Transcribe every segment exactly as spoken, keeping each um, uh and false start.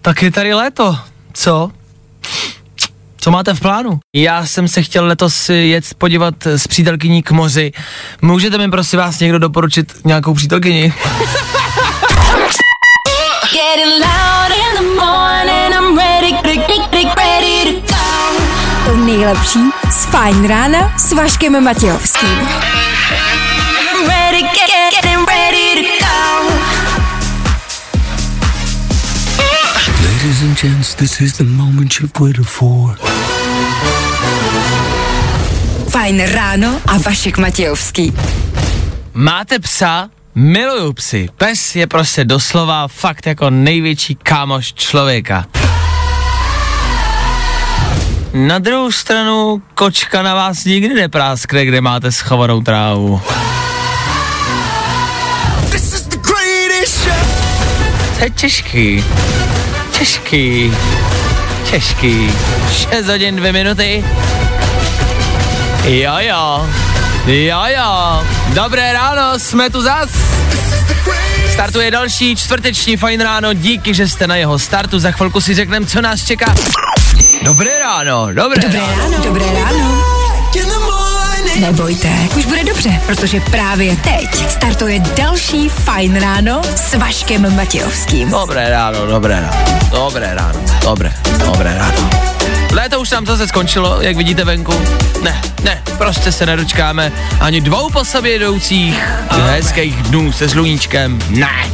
Tak je tady léto, co? Co máte v plánu? Já jsem se chtěl letos jet podívat s přítelkyní k moři. Můžete mi prosím vás někdo doporučit nějakou přítelkyni? To nejlepší z Fajn rána s Vaškem Matějovským. Ladies and gents, this is the moment you've waited for. Fajn ráno a Vašek Matějovský. Máte psa? Miluju psy. Pes je prostě doslova fakt jako největší kámoš člověka. Na druhou stranu kočka na vás nikdy nepráskne, kde máte schovanou trávu. To je těžký. Těžký. Těžký. šest hodin dvě minuty. Jo jo. Jo jo. Dobré ráno, jsme tu zas. Startuje další čtvrteční Fajn ráno, díky, že jste na jeho startu. Za chvilku si řekneme, co nás čeká. Dobré ráno, dobré, Dobré ráno, dobré ráno. Nebojte, už bude dobře, protože právě teď startuje další Fajn ráno s Vaškem Matějovským. Dobré ráno, dobré ráno, dobré ráno, dobré, dobré ráno. Léto už nám zase skončilo, jak vidíte venku. Ne, ne, prostě se nedočkáme ani dvou po sobě jedoucích hezkých dnů se sluníčkem. Ne.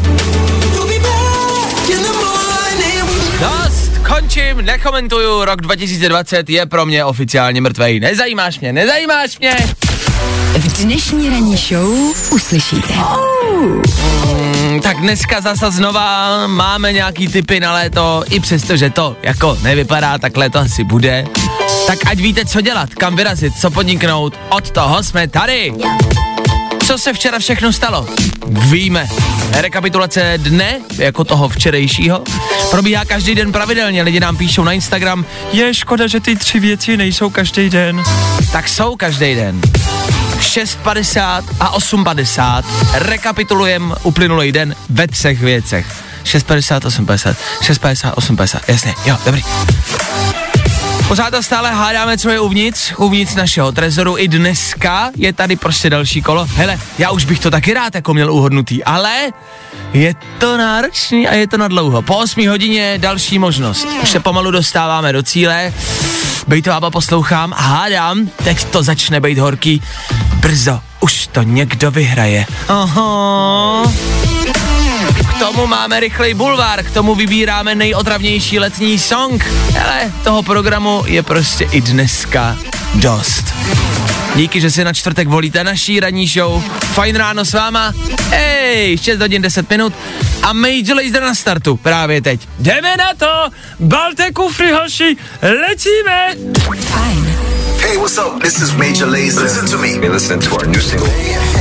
Dost, končím, nekomentuju, rok dva tisíce dvacet je pro mě oficiálně mrtvej. Nezajímáš mě, nezajímáš mě. V dnešní ranní show uslyšíte. Oh. Mm, tak dneska zase znova máme nějaký tipy na léto, i přesto, že to jako nevypadá, tak léto asi bude. Tak ať víte, co dělat, kam vyrazit, co podniknout, od toho jsme tady. Co se včera všechno stalo? Víme. Rekapitulace dne, jako toho včerejšího, probíhá každý den pravidelně. Lidi nám píšou na Instagram, je škoda, že ty tři věci nejsou každý den. Tak jsou každý den. šest padesát a osm padesát. Rekapitulujem uplynulý den ve třech věcech. šest padesát, osm padesát. šest padesát, osm padesát. Jasně, jo, dobrý. Pořád a stále hádáme, co je uvnitř, uvnitř našeho trezoru. I dneska je tady prostě další kolo. Hele, já už bych to taky rád jako měl uhodnutý, ale je to náročný a je to na dlouho. Po osmí hodině další možnost. Už se pomalu dostáváme do cíle. Bejtovába poslouchám a hádám, teď to začne být horký. Brzo, už to někdo vyhraje. Aha. K tomu máme rychlej bulvár, k tomu vybíráme nejotravnější letní song. Ale toho programu je prostě i dneska dost. Díky, že si na čtvrtek volíte naší ranní show. Fajn ráno s váma. Hej, šest hodin deset minut a Major Lazer na startu právě teď. Jdeme na to, balte kufry, hoši, letíme. Fajn. Hey, what's up? This is Major Lazer. Listen to me. You're listening to our new single.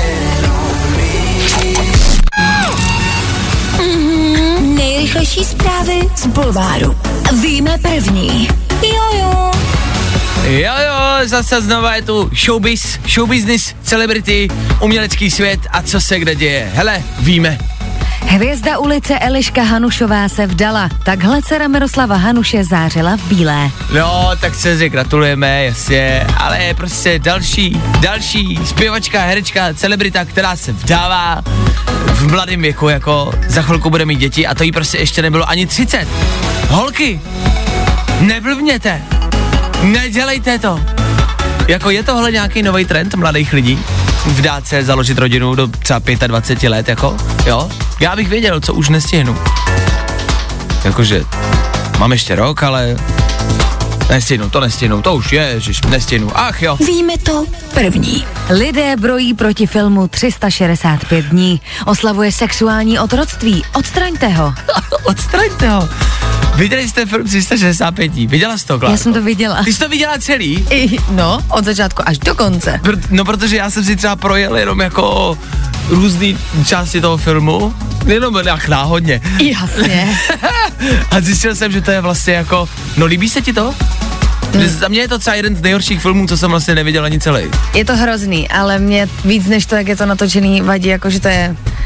Mm-hmm. Nejrychlejší zprávy z bulváru. Víme první. Jojo. Jo, jo, zase znova je tu showbiz, showbusiness, celebrity, umělecký svět a co se kde děje. Hele, víme. Hvězda ulice Eliška Hanušová se vdala. Takhle dcera Miroslava Hanuše zářila v bílé. No, tak se gratulujeme, jasně, ale je prostě další, další zpěvačka, herečka, celebrita, která se vdává v mladém věku, jako za chvilku bude mít děti a to jí prostě ještě nebylo ani třicet. Holky, neblbněte, nedělejte to. Jako je tohle nějaký nový trend mladých lidí? Vdát se, založit rodinu do třeba dvacet pět let, jako, jo? Já bych věděl, co už nestihnu. Jakože, mám ještě rok, ale nestihnu, to nestihnu, to už je, ježiš, nestihnu, ach jo. Víme to první. Lidé brojí proti filmu tři sta šedesát pět dní. Oslavuje sexuální otroctví. Odstraňte ho. Odstraňte ho. Viděli jste film tři sta šedesát pět dní? Viděla jsi to, Klárko? Já jsem to viděla. Ty jsi to viděla celý? I, no, od začátku až do konce. Pr- no, protože já jsem si třeba projel jenom jako různý části toho filmu, jenom nějak náhodně. Jasně. A zjistil jsem, že to je vlastně jako, no líbí se ti to? Hmm. Za mě je to třeba jeden z nejhorších filmů, co jsem vlastně neviděl ani celý. Je to hrozný, ale mě víc než to, jak je to natočený, vadí, jako že to je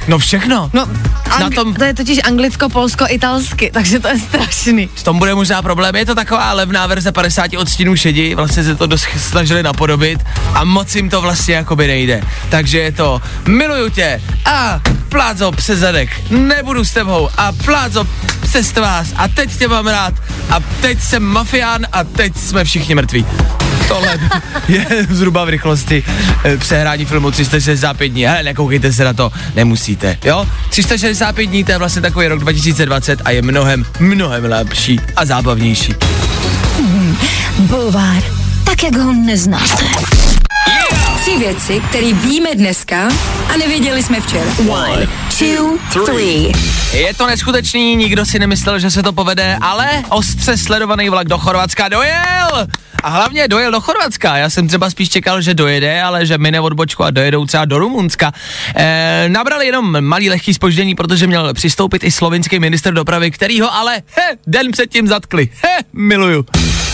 No všechno. No, ang- Na tom, to je totiž anglicko-polsko-italsky, takže to je strašný. v tom bude možná problém, je to taková levná verze padesáti odstínů šedi, vlastně se to dost snažili napodobit a moc jim to vlastně jakoby nejde. Takže je to miluju tě a pláco přes zadek, nebudu s tebou a pláco přes vás a teď tě mám rád a teď jsem mafián a teď jsme všichni mrtví. Tohle je zhruba v rychlosti e, přehrání filmu tři sta šedesát pět dní. Hele, nekoukejte se na to, nemusíte, jo? tři sta šedesát pět dní, to je vlastně takový rok dva tisíce dvacet a je mnohem, mnohem lepší a zábavnější. Hmm, bulvár, tak jak ho neznáte. Yeah! Tři věci, které víme dneska a nevěděli jsme včera. One, two, three. Je to neskutečný, nikdo si nemyslel, že se to povede, ale ostře sledovaný vlak do Chorvatska dojel! A hlavně dojel do Chorvatska. Já jsem třeba spíš čekal, že dojede, ale že mine odbočku a dojedou třeba do Rumunska. E, nabrali jenom malý lehký zpoždění, protože měl přistoupit i slovinský ministr dopravy, který ho ale he, den předtím zatkli. He, miluju.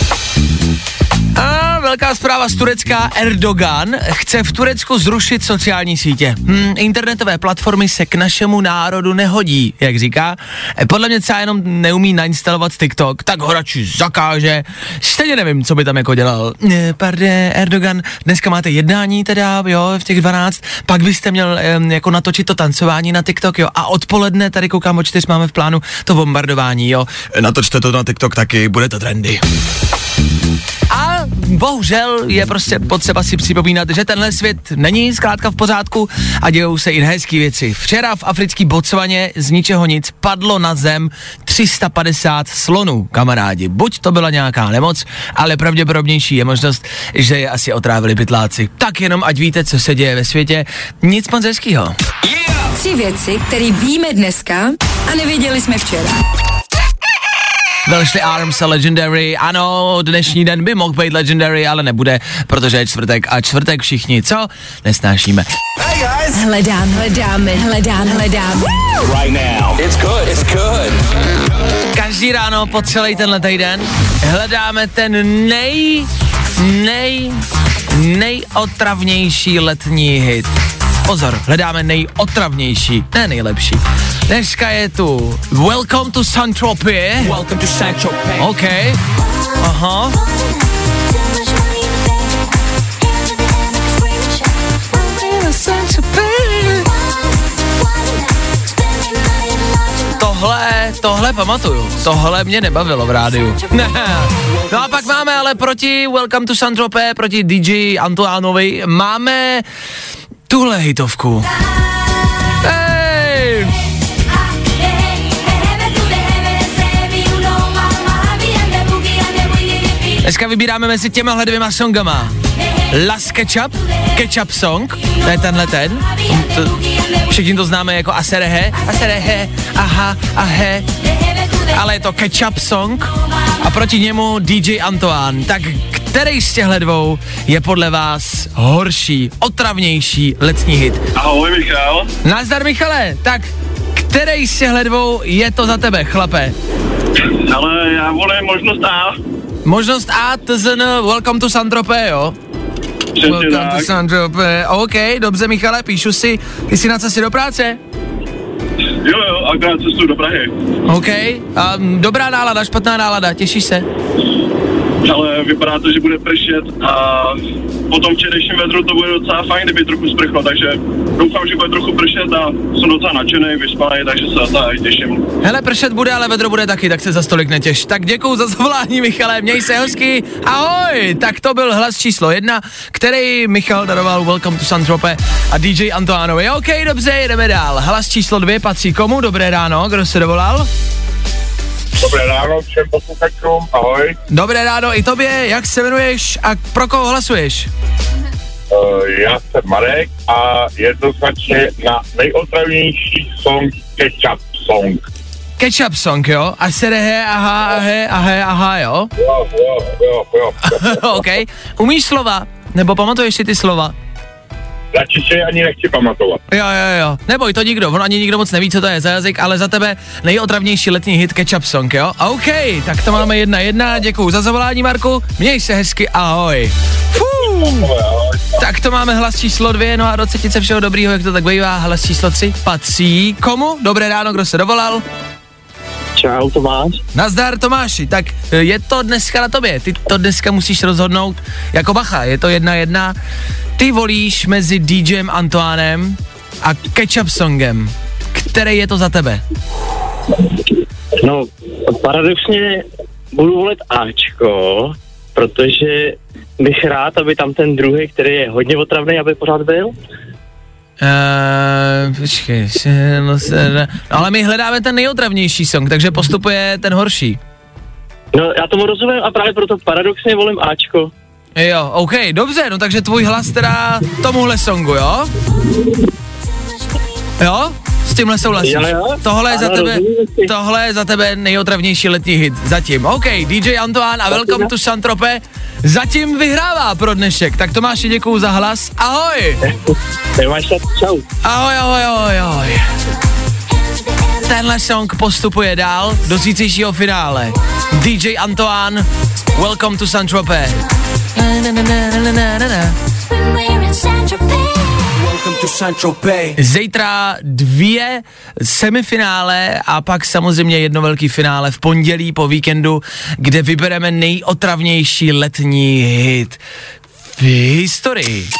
A velká zpráva z Turecka. Erdogan chce v Turecku zrušit sociální sítě. Hmm, internetové platformy se k našemu národu nehodí, jak říká. Podle mě třeba jenom neumí nainstalovat TikTok, tak ho radši zakáže. Stejně nevím, co by tam jako dělal. Pardon, Erdogan, dneska máte jednání teda, jo, v těch dvanáct, pak byste měl um, jako natočit to tancování na TikTok, jo, a odpoledne tady koukám o čtyř, máme v plánu to bombardování, jo. Natočte to na TikTok taky, bude to trendy. A bohužel je prostě potřeba si připomínat, že tenhle svět není zkrátka v pořádku a dějou se i hezký věci. Včera v africký Botswaně z ničeho nic padlo na zem tři sta padesát slonů, kamarádi. Buď to byla nějaká nemoc, ale pravděpodobnější je možnost, že je asi otrávili pytláci. Tak jenom ať víte, co se děje ve světě. Nic moc hezkýho. Yeah! Tři věci, které víme dneska a nevěděli jsme včera. Velšli Arms a Legendary, ano, dnešní den by mohl být Legendary, ale nebude, protože je čtvrtek a čtvrtek všichni, co? Nesnášíme. Hey guys. Hledám, hledáme, hledám, hledám. Right now. It's good, it's good. Každý ráno po celý tenhle týden hledáme ten nej, nej, nejotravnější letní hit. Pozor, hledáme nejotravnější, ne nejlepší. Dneska je tu Welcome to Saint-Tropez. Welcome to Saint-Tropez. OK. Aha. Tohle, tohle pamatuju. Tohle mě nebavilo v rádiu. Ne. No a pak máme ale proti Welcome to Saint-Tropez, proti D J Antoánovi, máme tuhle hitovku. Hej! Dneska vybíráme mezi těmahle dvěma songama. Las Ketchup, Ketchup Song, to je tenhle ten. To, všichni to známe jako Aserehe, Aserehe, aha, ahe. Ale je to Ketchup Song a proti němu D J Antoine. Tak který z těchto dvou je podle vás horší, otravnější letní hit? Ahoj, Michal. Nazdar, Michale, tak který z těchto dvou je to za tebe, chlape? Ale já volím možnost A. Možnost A, T Z N, Welcome to Saint-Tropez, jo? Přesně Welcome tak. to Saint-Tropez, OK, dobře, Michale, píšu si, ty jsi na cestě do práce? Jo, jo, akorát cestu do Prahy. OK, a dobrá nálada, špatná nálada, těšíš se? Ale vypadá to, že bude pršet a po tom včerejším vedru to bude docela fajn, kdyby trochu sprchlo, takže doufám, že bude trochu pršet a jsem docela nadšený, vyspalý, takže se na to těším. Hele, pršet bude, ale vedro bude taky, tak se za stolik netěš. Tak děkuju za zavolání, Michale, měj se hezky, ahoj! Tak to byl hlas číslo jedna, který Michal daroval Welcome to Saint-Tropez a D J Antoánovi. OK, dobře, jedeme dál. Hlas číslo dvě patří komu? Dobré ráno, kdo se dovolal? Dobré ráno všem posluchačům, ahoj. Dobré ráno i tobě, jak se jmenuješ a pro koho hlasuješ? Uh, já jsem Marek a jednoznačně na nejotravnější song Ketchup Song. Ketchup Song, jo? A serehe, aha, ahe, ahe, aha, jo? Jo, jo, jo, jo. OK. Umíš slova? Nebo pamatuješ si ty slova? Radši si ani nechci pamatovat. Jo, jo, jo. Neboj, to nikdo, on ani nikdo moc neví, co to je za jazyk, ale za tebe nejotravnější letní hit Ketchup Song, jo? OK, tak to máme jedna jedna, děkuju za zavolání, Marku, měj se hezky, ahoj. Fuh. Ahoj, ahoj. Tak to máme hlas číslo dvě, no a do třetice všeho dobrýho, jak to tak bývá. Hlas číslo tři patří komu? Dobré ráno, kdo se dovolal? Čau, Tomáš. Nazdar, Tomáši, tak je to dneska na tobě, ty to dneska musíš rozhodnout jako bacha, je to jedna jedna. Ty volíš mezi DJem Antoánem a Ketchup Songem. Který je to za tebe? No, paradoxně budu volit Ačko, protože bych rád, aby tam ten druhý, který je hodně otravný, aby pořád byl. Uh, počkej, no, se, no, ale my hledáme ten nejotravnější song, takže postupuje ten horší. No, já tomu rozumím a právě proto paradoxně volím Ačko. Jo, OK, dobře, no takže tvůj hlas teda tomuhle songu, jo? Jo? S tímhle souhlasíš. Jo, jo. Tohle je ano, za tebe, rozumím, tohle je za tebe nejotravnější letní hit zatím. OK, D J Antoine a Welcome to Saint-Tropez zatím vyhrává pro dnešek. Tak Tomáši, děkuju za hlas. Ahoj. Čau. Ahoj, ahoj, ahoj, ahoj. Tenhle song postupuje dál do zítřejšího finále. D J Antoine, Welcome to Saint-Tropez. Zítra dvě semifinále a pak samozřejmě jedno velký finále v pondělí po víkendu, kde vybereme nejotravnější letní hit v historii.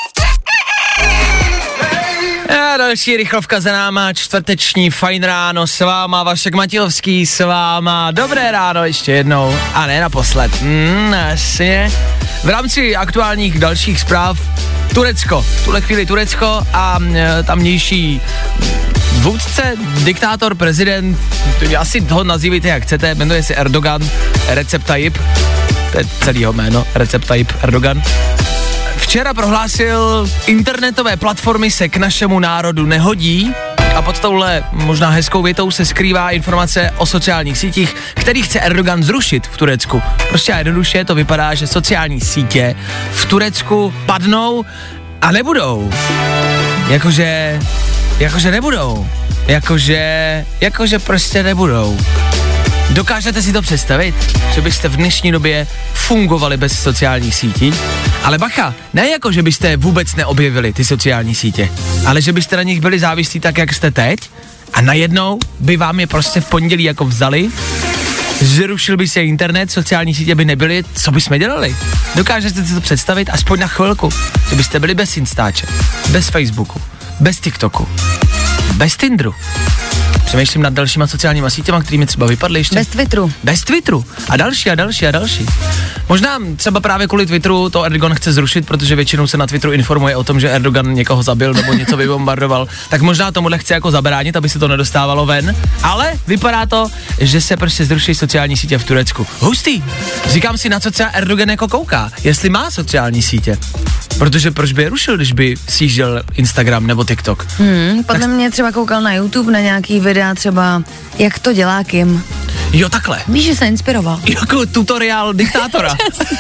A další rychlovka za náma, čtvrteční Fajn ráno s váma, Vašek Matějovský s váma, dobré ráno ještě jednou a ne naposled, mm, jasně. V rámci aktuálních dalších zpráv Turecko, v tuhle chvíli Turecko a e, tamnější vůdce, diktátor, prezident, asi ho nazývejte jak chcete, jmenuje se Erdogan, Recep Tayyip, to je celýho jméno, Recep Tayyip Erdogan. Včera prohlásil, internetové platformy se k našemu národu nehodí a pod touhle možná hezkou větou se skrývá informace o sociálních sítích, který chce Erdogan zrušit v Turecku. Prostě a jednoduše to vypadá, že sociální sítě v Turecku padnou a nebudou. Jakože, jakože nebudou. Jakože, jakože prostě nebudou. Dokážete si to představit, že byste v dnešní době fungovali bez sociálních sítí? Ale bacha, ne jako, že byste vůbec neobjevili ty sociální sítě, ale že byste na nich byli závislí tak, jak jste teď a najednou by vám je prostě v pondělí jako vzali, zrušil by se internet, sociální sítě by nebyly, co bychom dělali? Dokážete si to představit aspoň na chvilku, že byste byli bez Instače, bez Facebooku, bez TikToku, bez Tinderu. Přemýšlím nad dalšíma sociálníma sítěma, kterými třeba vypadly ještě. Bez Twitteru. Bez Twitteru. A další a další a další. Možná třeba právě kvůli Twitteru to Erdogan chce zrušit, protože většinou se na Twitteru informuje o tom, že Erdogan někoho zabil nebo něco vybombardoval. Tak možná tomuhle chce jako zabránit, aby se to nedostávalo ven. Ale vypadá to, že se prostě zruší sociální sítě v Turecku. Hustý. Říkám si, na co třeba Erdogan jako kouká. Jestli má sociální sítě. Protože proč by je rušil, když by sjížděl Instagram nebo TikTok? Hmm, podle tak... mě třeba koukal na YouTube na nějaký videa třeba, jak to dělá Kim. Jo, takhle. Víš, že se inspiroval. Jako tutoriál diktátora.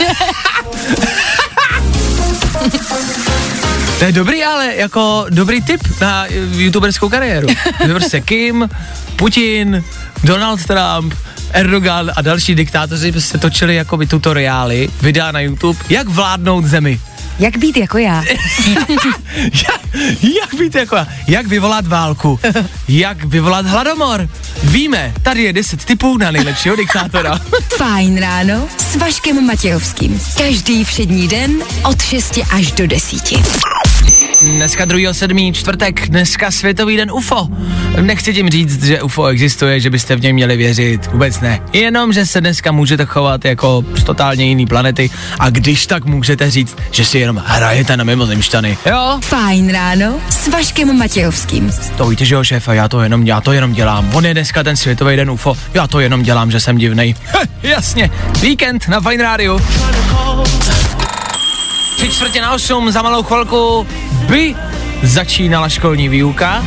To je dobrý, ale jako dobrý tip na youtuberskou kariéru. Prostě Kim, Putin, Donald Trump, Erdogan a další diktátoři se točili jakoby tutoriály, videa na YouTube, jak vládnout zemi. Jak být jako já. jak, jak být jako já. Jak vyvolat válku. Jak vyvolat hladomor. Víme, tady je deset tipů na nejlepšího diktátora. Fajn ráno s Vaškem Matějovským. Každý všední den od šesti až do desíti. Dneska druhého sedmého čtvrtek, dneska Světový den U F O. Nechci tím říct, že U F O existuje, že byste v něj měli věřit, vůbec ne. Jenom, že se dneska můžete chovat jako z totálně jiný planety a když tak můžete říct, že si jenom hrajete na mimozemšťany, jo? Fajn ráno s Vaškem Matějovským. To víte, že jo, šéfe, já to jenom, já to jenom dělám. On je dneska ten Světový den U F O, já to jenom dělám, že jsem divnej. Heh, jasně, víkend na Fajn rádiu. Tři čtvrtě na osm, za malou chvilku by začínala školní výuka.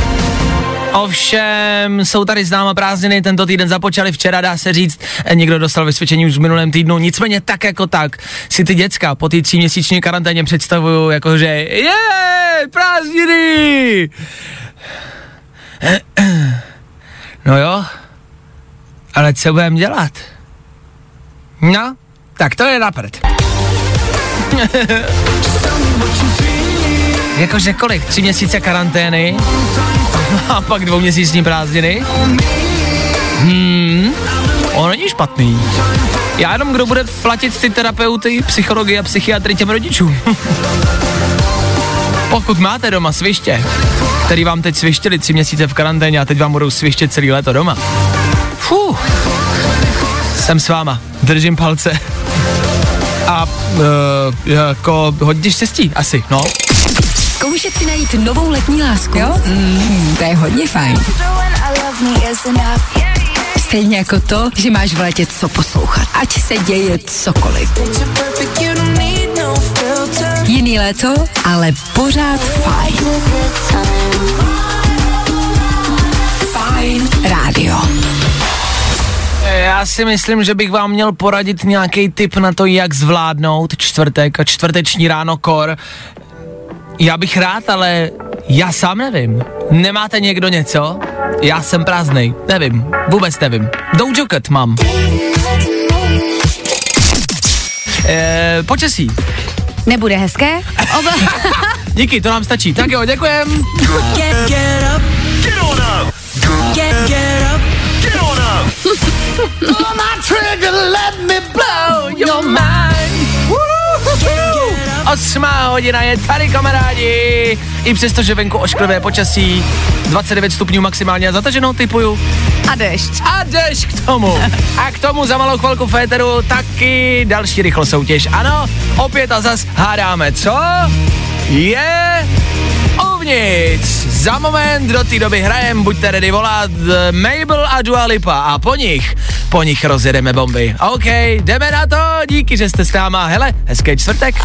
Ovšem, jsou tady s náma prázdniny, tento týden započaly včera, dá se říct, někdo dostal vysvědčení už v minulém týdnu, nicméně tak jako tak si ty děcka po té tříměsíční karanténě představují, jakože je, prázdniny! No jo, ale co budeme dělat? No, tak to je na prd. Jakože kolik? Tři měsíce karantény a pak dvouměsíční prázdniny? Hmm, ono není špatný. Já jenom, kdo bude platit ty terapeuty, psychologi a psychiatry těm rodičům. Pokud máte doma sviště, který vám teď svištěli tři měsíce v karanténě a teď vám budou svištět celý léto doma. Fuh, jsem s váma, držím palce. A uh, jako hodně štěstí, asi, no. Zkoušet si najít novou letní lásku? Jo? Mm, to je hodně fajn. Stejně jako to, že máš v létě co poslouchat. Ať se děje cokoliv. Jiný léto, ale pořád fajn. Fajn rádio. Já si myslím, že bych vám měl poradit nějaký tip na to, jak zvládnout čtvrtek a čtvrteční ráno kor. Já bych rád, ale já sám nevím. Nemáte někdo něco? Já jsem prázdnej, nevím, vůbec nevím. Dojo Cat mám. Eee, počasí. Nebude hezké? Obla- Díky, to nám stačí. Tak jo, děkujem. Get, get up, get on up. Get, get up, get on up. Pull my trigger, let me blow your mind. Osmá hodina je tady, kamarádi. I přesto, že venku ošklivé počasí, dvacet devět stupňů maximálně a zataženou typuju. A dešť. A dešť k tomu. A k tomu za malou chvilku féteru taky další rychlo soutěž. Ano, opět a zas hádáme, co je uvnitř. Za moment do té doby hrajem, buďte ready volat Mabel a Dua Lipa a po nich, po nich rozjedeme bomby. OK, jdeme na to, díky, že jste s náma. Hele, hezký čtvrtek.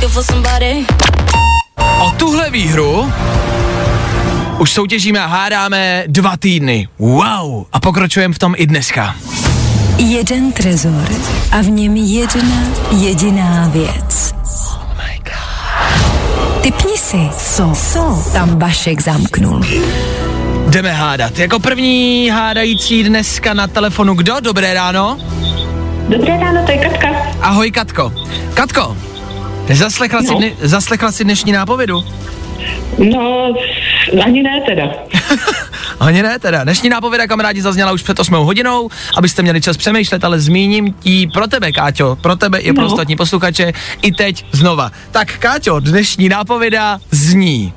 O tuhle výhru už soutěžíme a hádáme dva týdny. Wow, a pokročujeme v tom i dneska. Jeden trezor a v něm jedna jediná věc. Oh my God. Tipni si, co, co tam Vašek zamknul. Jdeme hádat. Jako první hádající dneska na telefonu kdo? Dobré ráno. Dobré ráno, to je Katka. Ahoj, Katko. Katko, zaslechla, no. si, dne, zaslechla si dnešní nápovědu? No, ani ne teda. Ani ne teda. Dnešní nápověda, kamarádi, zazněla už před osmou hodinou, abyste měli čas přemýšlet, ale zmíním ti pro tebe, Káťo, pro tebe i pro no. ostatní posluchače, i teď znova. Tak, Káťo, dnešní nápověda zní.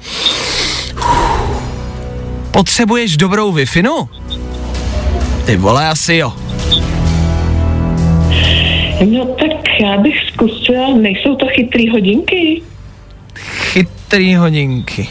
Potřebuješ dobrou Wi-Fi-nu? Ty vole, asi jo. No tak já bych zkusila, nejsou to chytrý hodinky? Chytrý hodinky.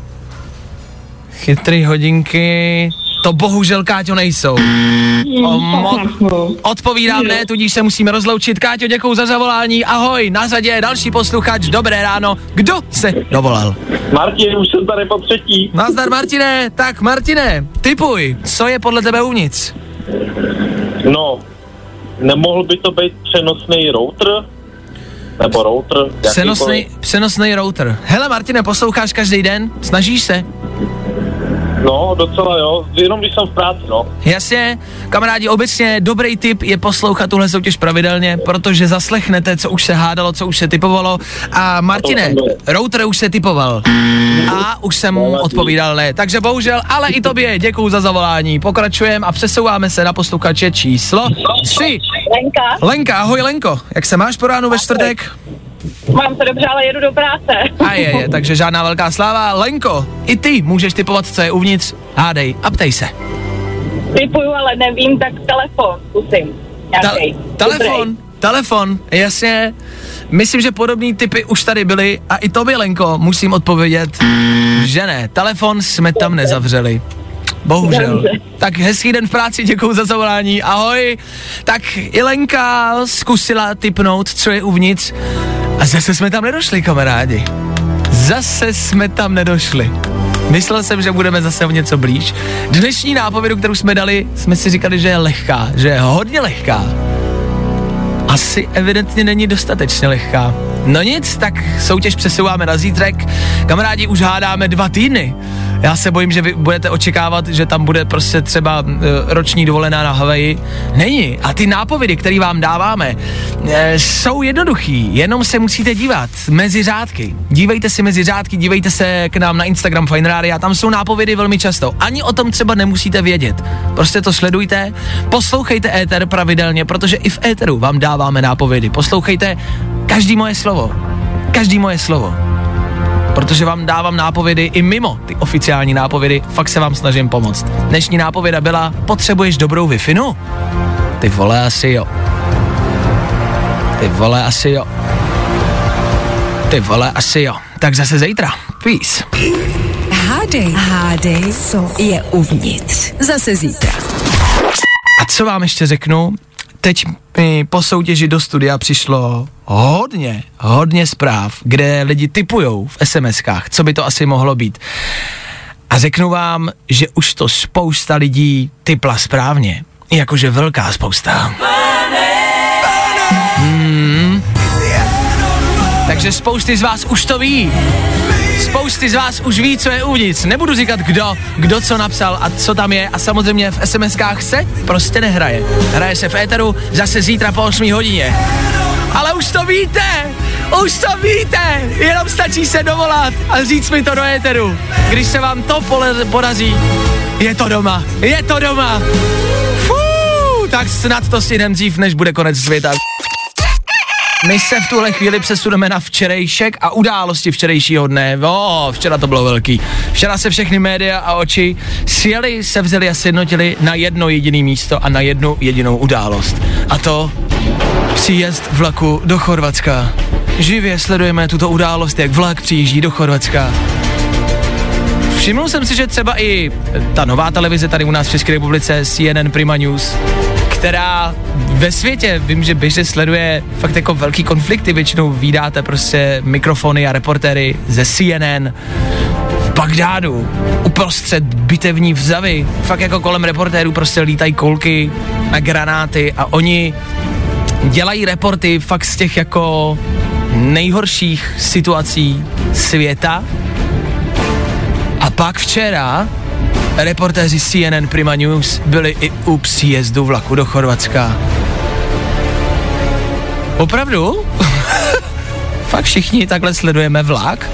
Chytrý hodinky, to bohužel, Káťo, nejsou. Od, odpovídám ne, tudíž se musíme rozloučit. Káťo, děkuju za zavolání, ahoj, na řadě další posluchač, dobré ráno. Kdo se dovolal? Martin, už jsem tady po třetí. Nazdar, Martine, tak Martine, tipuj, co je podle tebe uvnitř? No, nemohl by to být přenosný router? Nebo router? Přenosný, přenosný router. Hele, Martine, posloucháš každý den? Snažíš se? No, docela jo, jenom když jsem v práci, no. Jasně, kamarádi, obecně dobrý tip je poslouchat tuhle soutěž pravidelně, protože zaslechnete, co už se hádalo, co už se typovalo. A Martine, router už se typoval. A už jsem mu odpovídal ne. Takže bohužel, ale i tobě děkuju za zavolání. Pokračujeme a přesouváme se na posluchače číslo tři. Lenka. Lenka, ahoj Lenko, jak se máš po ránu ve čtvrtek? Mám to dobře, ale jedu do práce. A je, je, takže žádná velká sláva. Lenko, i ty můžeš typovat, co je uvnitř. Hádej a ptej se. Typuju, ale nevím, tak telefon zkusím. Ta- telefon, telefon, jasně. Myslím, že podobný typy už tady byly a i tobě, Lenko, musím odpovědět, že ne. Telefon jsme tam nezavřeli. Bohužel. Dobře. Tak hezký den v práci, děkuju za zavolání, ahoj. Tak i Lenka zkusila tipnout, co je uvnitř a zase jsme tam nedošli, kamarádi. Zase jsme tam nedošli. Myslel jsem, že budeme zase o něco blíž. Dnešní nápovědu, kterou jsme dali, jsme si říkali, že je lehká, že je hodně lehká. Asi evidentně není dostatečně lehká. No nic, tak soutěž přesouváme na zítřek. Kamarádi, už hádáme dva týdny. Já se bojím, že vy budete očekávat, že tam bude prostě třeba uh, roční dovolená na Havaji. Není. A ty nápovědy, které vám dáváme, uh, jsou jednoduchý. Jenom se musíte dívat mezi řádky. Dívejte si mezi řádky, dívejte se k nám na Instagram Fajn Rádia, tam jsou nápovědy velmi často. Ani o tom třeba nemusíte vědět. Prostě to sledujte, poslouchejte éter pravidelně, protože i v éteru vám dáváme nápovědy. Poslouchejte každý moje slovo. Každý moje slovo. Protože vám dávám nápovědy i mimo ty oficiální nápovědy, fakt se vám snažím pomoct. Dnešní nápověda byla, potřebuješ dobrou Wi-Fi? No? Ty vole, asi jo. Ty vole, asi jo. Ty vole, asi jo. Tak zase zítra. Peace. Hádej, hádej, co je uvnitř. Zase zítra. A co vám ještě řeknu? Teď mi po soutěži do studia přišlo hodně, hodně zpráv, kde lidi tipujou v es em eskách, co by to asi mohlo být. A řeknu vám, že už to spousta lidí tipla správně. Jakože velká spousta. Hmm. Takže spousty z vás už to ví. Spousty z vás už ví, co je uvnitř. Nebudu říkat kdo, kdo co napsal a co tam je a samozřejmě v es em eskách se prostě nehraje. Hraje se v éteru zase zítra po osmé hodině. Ale už to víte, už to víte, jenom stačí se dovolat a říct mi to do éteru. Když se vám to pole- podaří, je to doma, je to doma. Fuu, tak snad to si jdem dřív, než bude konec světa. My se v tuhle chvíli přesuneme na včerejšek a události včerejšího dne. O, včera to bylo velký. Včera se všechny média a oči sjeli, se vzali a sjednotili na jedno jediné místo a na jednu jedinou událost. A to příjezd vlaku do Chorvatska. Živě sledujeme tuto událost, jak vlak přijíždí do Chorvatska. Všimnul jsem si, že třeba i ta nová televize tady u nás v České republice, C N N Prima News, která ve světě, vím, že běžně sleduje fakt jako velký konflikty, většinou vídáte prostě mikrofony a reportéry ze C N N v Bagdádu, uprostřed bitevní vzavy, fakt jako kolem reportérů prostě lítají kolky a granáty a oni dělají reporty fakt z těch jako nejhorších situací světa. A pak včera reportéři C N N Prima News byli i u příjezdu vlaku do Chorvatska. Opravdu? Fakt všichni takhle sledujeme vlak?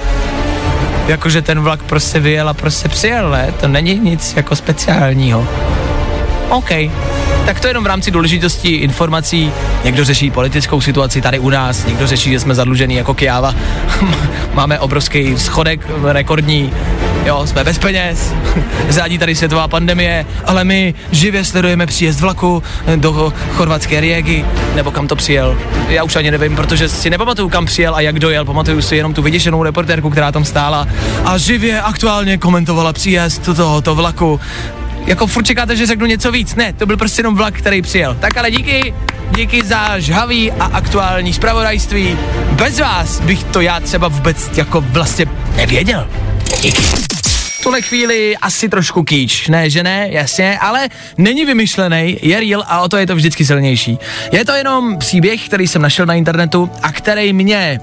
Jakože ten vlak prostě vyjel a prostě přijel, ne? To není nic jako speciálního. OK. Tak to jenom v rámci důležitosti informací. Někdo řeší politickou situaci tady u nás, někdo řeší, že jsme zadlužený jako Kyjava. Máme obrovský schodek rekordní, jo, jsme bez peněz, řádí tady světová pandemie, ale my živě sledujeme příjezd vlaku do chorvatské Rijegy, nebo kam to přijel. Já už ani nevím, protože si nepamatuju, kam přijel a jak dojel, pamatuju si jenom tu vyděšenou reportérku, která tam stála a živě aktuálně komentovala příjezd tohoto vlaku. Jako furt čekáte, že řeknu něco víc. Ne, to byl prostě jenom vlak, který přijel. Tak ale díky, díky za žhavý a aktuální zpravodajství. Bez vás bych to já třeba vůbec jako vlastně nevěděl. Díky. V tuhle chvíli asi trošku kýč, ne, že ne, jasně, ale není vymyšlený, je real a o to je to vždycky silnější. Je to jenom příběh, který jsem našel na internetu a který mě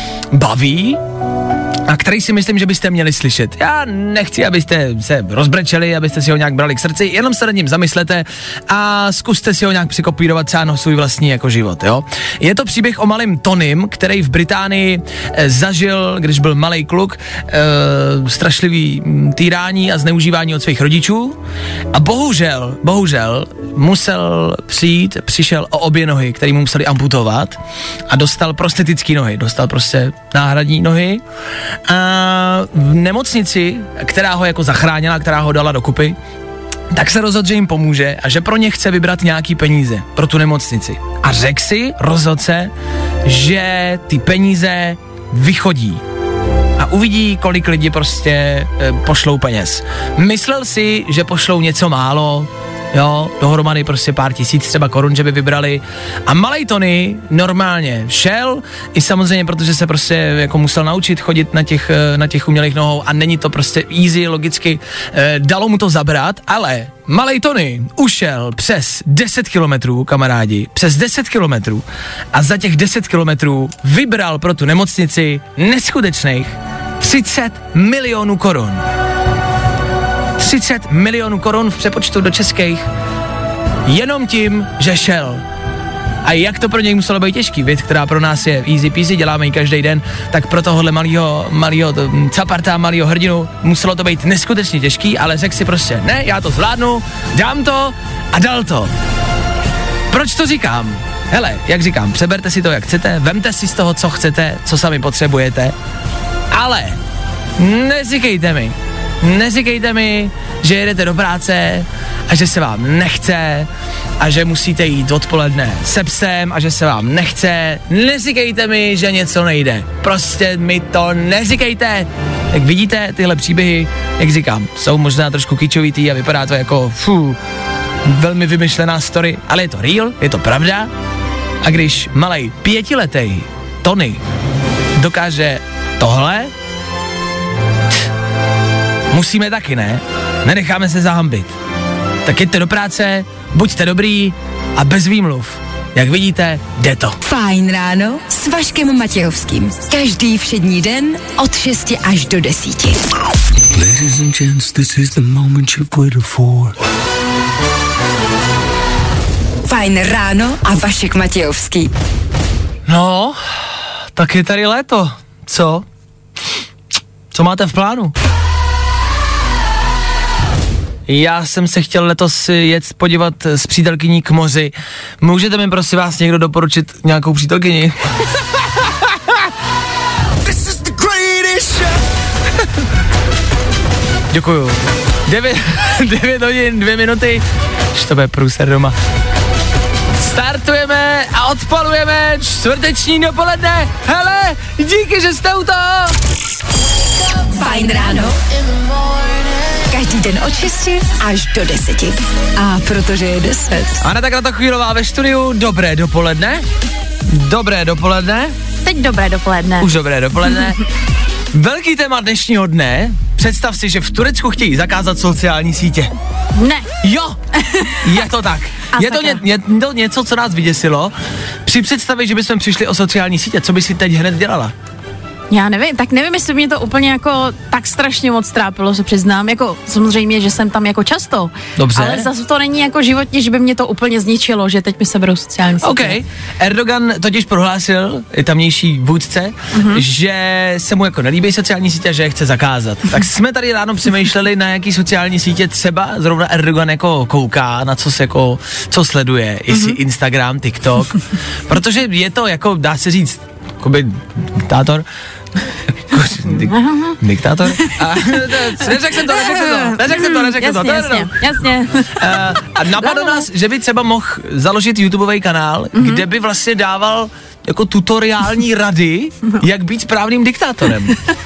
baví, a který si myslím, že byste měli slyšet. Já nechci, abyste se rozbrečeli, abyste si ho nějak brali k srdci, jenom se nad ním zamyslete a zkuste si ho nějak přikopírovat třeba na svůj vlastní jako život, jo. Je to příběh o malém Tonym, který v Británii e, zažil, když byl malej kluk, e, strašlivý týrání a zneužívání od svých rodičů a bohužel, bohužel musel přijít, přišel o obě nohy, které mu museli amputovat a dostal prostetické nohy, dostal prostě náhradní nohy. A v nemocnici, která ho jako zachránila, která ho dala dokupy, tak se rozhodl, že jim pomůže a že pro ně chce vybrat nějaký peníze pro tu nemocnici. A řekl si, rozhodl se, že ty peníze vychodí a uvidí, kolik lidi prostě e, pošlou peněz. Myslel si, že pošlou něco málo, jo, dohromady prostě pár tisíc třeba korun, že by vybrali. A malej Tony normálně šel, i samozřejmě, protože se prostě jako musel naučit chodit na těch, na těch umělých nohou a není to prostě easy, logicky, eh, dalo mu to zabrat, ale malej Tony ušel přes deset kilometrů, kamarádi, přes deset kilometrů a za těch deset kilometrů vybral pro tu nemocnici neskutečných třicet milionů korun. třicet milionů korun v přepočtu do českých. Jenom tím, že šel. A jak to pro něj muselo být těžký, věc, která pro nás je easy peasy, děláme ji každý den, tak pro tohohle malýho, malýho, caparta, malýho hrdinu muselo to být neskutečně těžký, ale řekl si prostě, ne, já to zvládnu, dám to a dal to. Proč to říkám? Hele, jak říkám, přeberte si to, jak chcete, vemte si z toho, co chcete, co sami potřebujete, ale neříkejte mi, neříkejte mi, že jedete do práce a že se vám nechce a že musíte jít odpoledne se psem a že se vám nechce. Neříkejte mi, že něco nejde. Prostě mi to neříkejte. Jak vidíte, tyhle příběhy, jak říkám, jsou možná trošku kičovitý a vypadá to jako fů, velmi vymyšlená story, ale je to real, je to pravda. A když malej pětiletej Tony dokáže tohle, musíme taky, ne? Nenecháme se zahambit. Tak jeďte do práce, buďte dobrý a bez výmluv. Jak vidíte, jde to. Fajn ráno s Vaškem Matějovským. Každý všední den od šesti až do desíti. Ladies and gents, this is the moment you've waited for. Fajn ráno a Vašek Matějovský. No, tak je tady léto. Co? Co máte v plánu? Já jsem se chtěl letos jet podívat s přítelkyní k moři. Můžete mi prosím vás někdo doporučit nějakou přítelkyni? Děkuju. Devět, devět hodin, dvě minuty. Už to bude průser doma. Startujeme a odpalujeme čtvrteční dopoledne. Hele, díky, že jste u toho. Fajn ráno. Každý den od šesti až do deseti. A protože je deset. Anna tak Kratochvílová ve studiu. Dobré dopoledne. Dobré dopoledne. Teď dobré dopoledne. Už dobré dopoledne. Velký téma dnešního dne. Představ si, že v Turecku chtějí zakázat sociální sítě. Ne. Jo, je to tak. Je to, ně, je to něco, co nás vyděsilo. Při představě, že bychom přišli o sociální sítě, co by si teď hned dělala? Já nevím, tak nevím, jestli mě to úplně jako tak strašně moc trápilo, se přiznám, jako samozřejmě, že jsem tam jako často. Dobře. Ale zase to není jako životně, že by mě to úplně zničilo, že teď mi seberou sociální sítě. OK. Erdogan totiž prohlásil, tamnější vůdce, mm-hmm. že se mu jako nelíbí sociální sítě, že je chce zakázat. Tak jsme tady ráno přemýšleli, na jaký sociální sítě třeba zrovna Erdogan jako kouká, na co se jako, co sleduje, jestli mm-hmm. Instagram, TikTok, protože je to jako, dá se říct, jakoby diktátor. Dik, diktátor? A, neřekl jsem to, neřekl jsem to, neřekl jsem to, neřekl jsem to. Jasně, jasně. A, a napadlo nás, že by třeba mohl založit YouTubeový kanál, mm-hmm. kde by vlastně dával jako tutoriální rady, jak být správným diktátorem.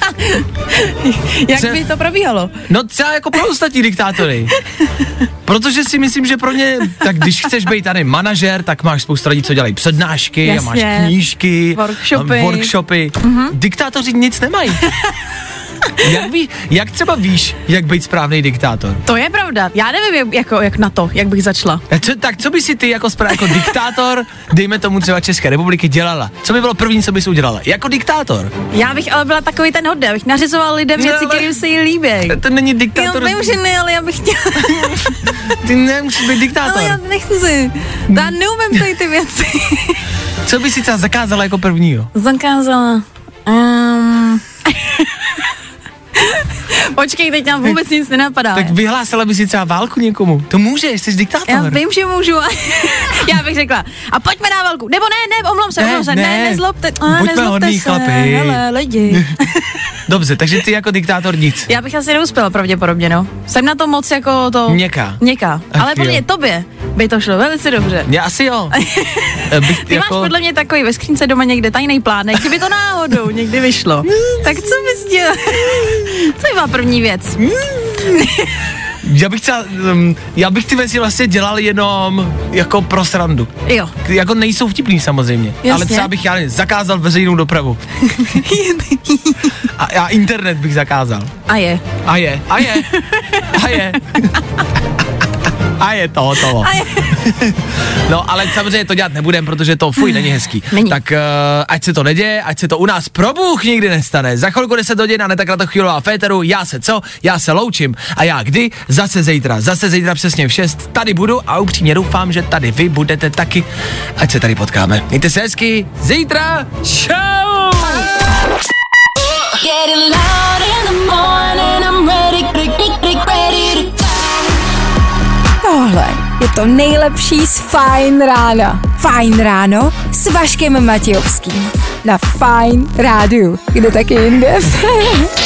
Jak Cze- by to probíhalo? No třeba jako pro ostatní diktátory. Protože si myslím, že pro ně, tak když chceš být tady manažer, tak máš spoustu lidí, co dělají přednášky, jasně. A máš knížky, workshopy. workshopy. Mm-hmm. Diktátoři nic nemají. Jak, ví, jak třeba víš, jak být správný diktátor? To je pravda. Já nevím, jak, jako, jak na to, jak bych začala. Co, tak co by si ty jako, spra- jako diktátor, dejme tomu třeba České republiky, dělala? Co by bylo první, co bys udělala? Jako diktátor? Já bych ale byla takový ten hodný, abych nařizoval lidem věci, no, kterým se jí líbí. To není diktátor. Já vím, že ne, ale já bych chtěla. Ty nemusíš být diktátor. Ale já nechci. Já neumím tady ty věci. Co by si třeba zakázala jako prvního? Zakázala. Um... Počkej, teď nám vůbec nic nenapadá. Tak vyhlásila by si třeba válku někomu. To můžeš, jsi diktátor. Já vím, že můžu. Já bych řekla, a pojďme na válku. Nebo ne, ne, omlom se, ne, omlom se, ne, ne, nezlobte, a, buďme nezlobte hodný se, chlapi. hele, lidi. Dobře, takže ty jako diktátor nic. Já bych asi neuspěla pravděpodobně, no. Jsem na to moc jako to... Měkká. Měkká. Ale podle mě tobě by to šlo velice dobře. Já asi jo. Bych, ty jako... máš podle mě takový ve skřínce doma někde tajný plánek, kdyby to náhodou někdy vyšlo. Tak co bys dělal? Co je má první věc? Já bych třeba, um, já bych ty věci vlastně dělal jenom jako pro srandu. Jo. Jako nejsou vtipný samozřejmě, jasně. Ale třeba bych já nevím, zakázal veřejnou dopravu. a, a internet bych zakázal. A je. A je, a je, a je. A je to hotovo. A je. No, ale samozřejmě to dělat nebudem, protože to fuj, není hezký. Není. Tak uh, ať se to neděje, ať se to u nás pro Bůh nikdy nestane. Za chvilku deset hodin a netak na to chvílová féteru, já se co? Já se loučím. A já kdy? Zase zítra. Zase zítra přesně v šest. Tady budu a upřímně doufám, že tady vy budete taky. Ať se tady potkáme. Mějte se hezky. Zítra. Čau! Tohle je to nejlepší z Fajn rána. Fajn ráno s Vaškem Matějovským. Na Fajn rádiu. Kde taky jinde?